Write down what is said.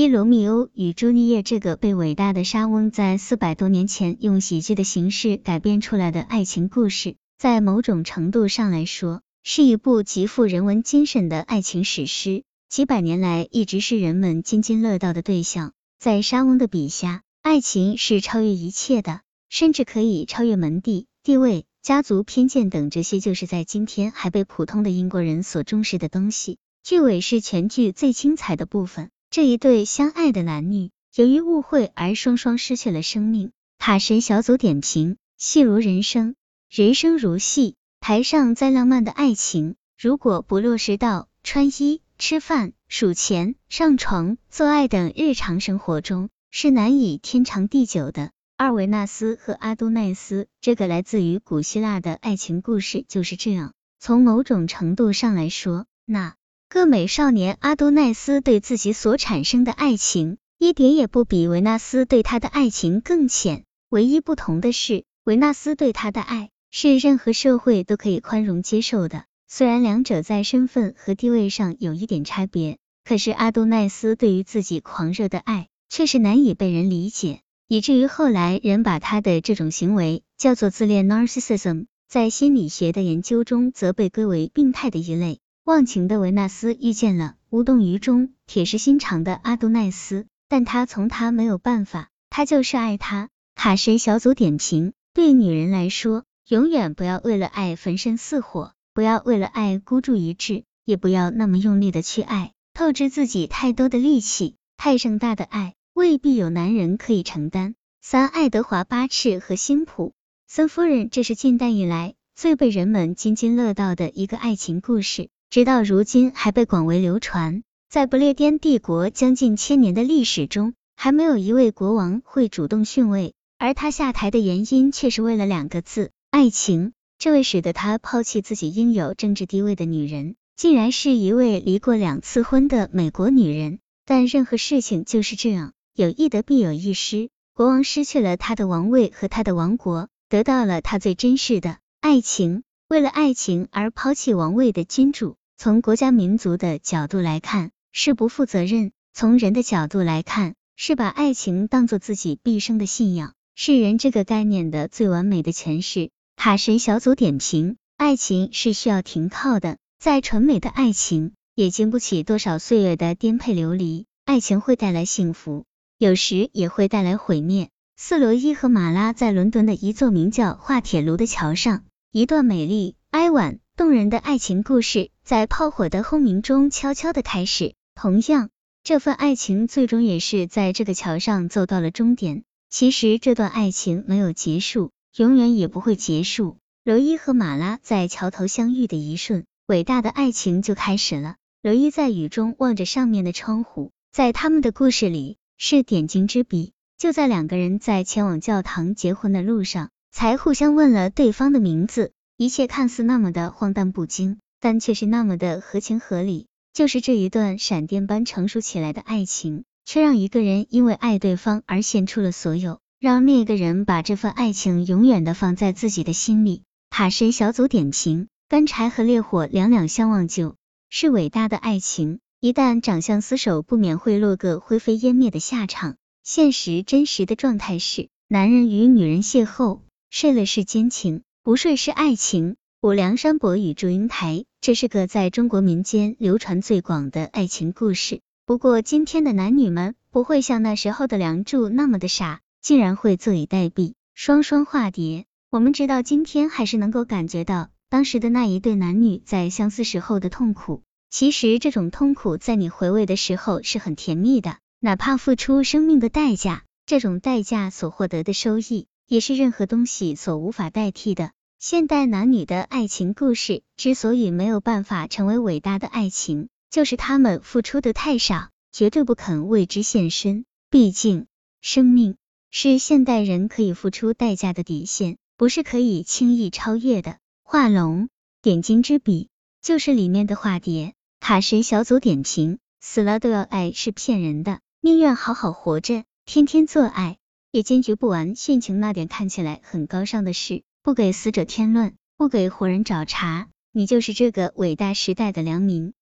罗密欧与朱丽叶这个被伟大的莎翁在400多年前用喜剧的形式改编出来的爱情故事，在某种程度上来说，是一部极富人文精神的爱情史诗，几百年来一直是人们津津乐道的对象。在莎翁的笔下，爱情是超越一切的，甚至可以超越门第、地位、家族偏见等，这些就是在今天还被普通的英国人所重视的东西。句尾是全剧最精彩的部分，这一对相爱的男女，由于误会而双双失去了生命。塔神小组点评：戏如人生，人生如戏，台上再浪漫的爱情，如果不落实到穿衣、吃饭、数钱、上床、做爱等日常生活中，是难以天长地久的。维纳斯和阿都奈斯这个来自于古希腊的爱情故事就是这样。从某种程度上来说，那个美少年阿都奈斯对自己所产生的爱情，一点也不比维纳斯对他的爱情更浅。唯一不同的是，维纳斯对他的爱是任何社会都可以宽容接受的，虽然两者在身份和地位上有一点差别，可是阿都奈斯对于自己狂热的爱却是难以被人理解，以至于后来人把他的这种行为叫做自恋 narcissism， 在心理学的研究中则被归为病态的一类。忘情的维纳斯遇见了无动于衷、铁石心肠的阿都奈斯，但他从他没有办法，他就是爱他。塔神小组点评：对女人来说，永远不要为了爱焚身似火，不要为了爱孤注一掷，也不要那么用力的去爱，透支自己太多的力气。太盛大的爱未必有男人可以承担。爱德华·巴赤和辛普森夫人，这是近代以来最被人们津津乐道的一个爱情故事，直到如今还被广为流传。在不列颠帝国将近1000年的历史中，还没有一位国王会主动逊位，而他下台的原因却是为了2个字：爱情。这位使得他抛弃自己应有政治地位的女人，竟然是一位离过2次婚的美国女人。但任何事情就是这样，有一得必有一失。国王失去了他的王位和他的王国，得到了他最珍视的爱情。为了爱情而抛弃王位的君主，从国家民族的角度来看是不负责任，从人的角度来看是把爱情当作自己毕生的信仰，是人这个概念的最完美的诠释。塔神小组点评：爱情是需要停靠的，再纯美的爱情也经不起多少岁月的颠沛流离。爱情会带来幸福，有时也会带来毁灭。斯罗伊和马拉在伦敦的一座名叫画铁炉的桥上，一段美丽、哀婉、动人的爱情故事在炮火的轰鸣中悄悄地开始。同样，这份爱情最终也是在这个桥上走到了终点。其实这段爱情没有结束，永远也不会结束。罗伊和马拉在桥头相遇的一瞬，伟大的爱情就开始了。罗伊在雨中望着上面的窗户，在他们的故事里是点睛之笔。就在2个人在前往教堂结婚的路上，才互相问了对方的名字。一切看似那么的荒诞不经，但却是那么的合情合理。就是这一段闪电般成熟起来的爱情，却让一个人因为爱对方而献出了所有，让另一个人把这份爱情永远的放在自己的心里。塔神小组点评：干柴和烈火两两相望，就是伟大的爱情。一旦长相厮守，不免会落个灰飞烟灭的下场。现实真实的状态是，男人与女人邂逅，睡了是奸情，不睡是爱情。五梁山伯与祝英台，这是个在中国民间流传最广的爱情故事。不过今天的男女们不会像那时候的梁祝那么的傻，竟然会坐以待毙，双双化蝶。我们直到今天还是能够感觉到当时的那一对男女在相思时候的痛苦。其实这种痛苦在你回味的时候是很甜蜜的，哪怕付出生命的代价，这种代价所获得的收益也是任何东西所无法代替的。现代男女的爱情故事之所以没有办法成为伟大的爱情，就是他们付出的太少，绝对不肯为之献身。毕竟生命是现代人可以付出代价的底线，不是可以轻易超越的。画龙点睛之笔就是里面的化蝶。塔神小组点评：死了都要爱是骗人的，宁愿好好活着，天天做爱，也坚决不玩殉情那点看起来很高尚的事。不给死者添乱，不给活人找茬，你就是这个伟大时代的良民。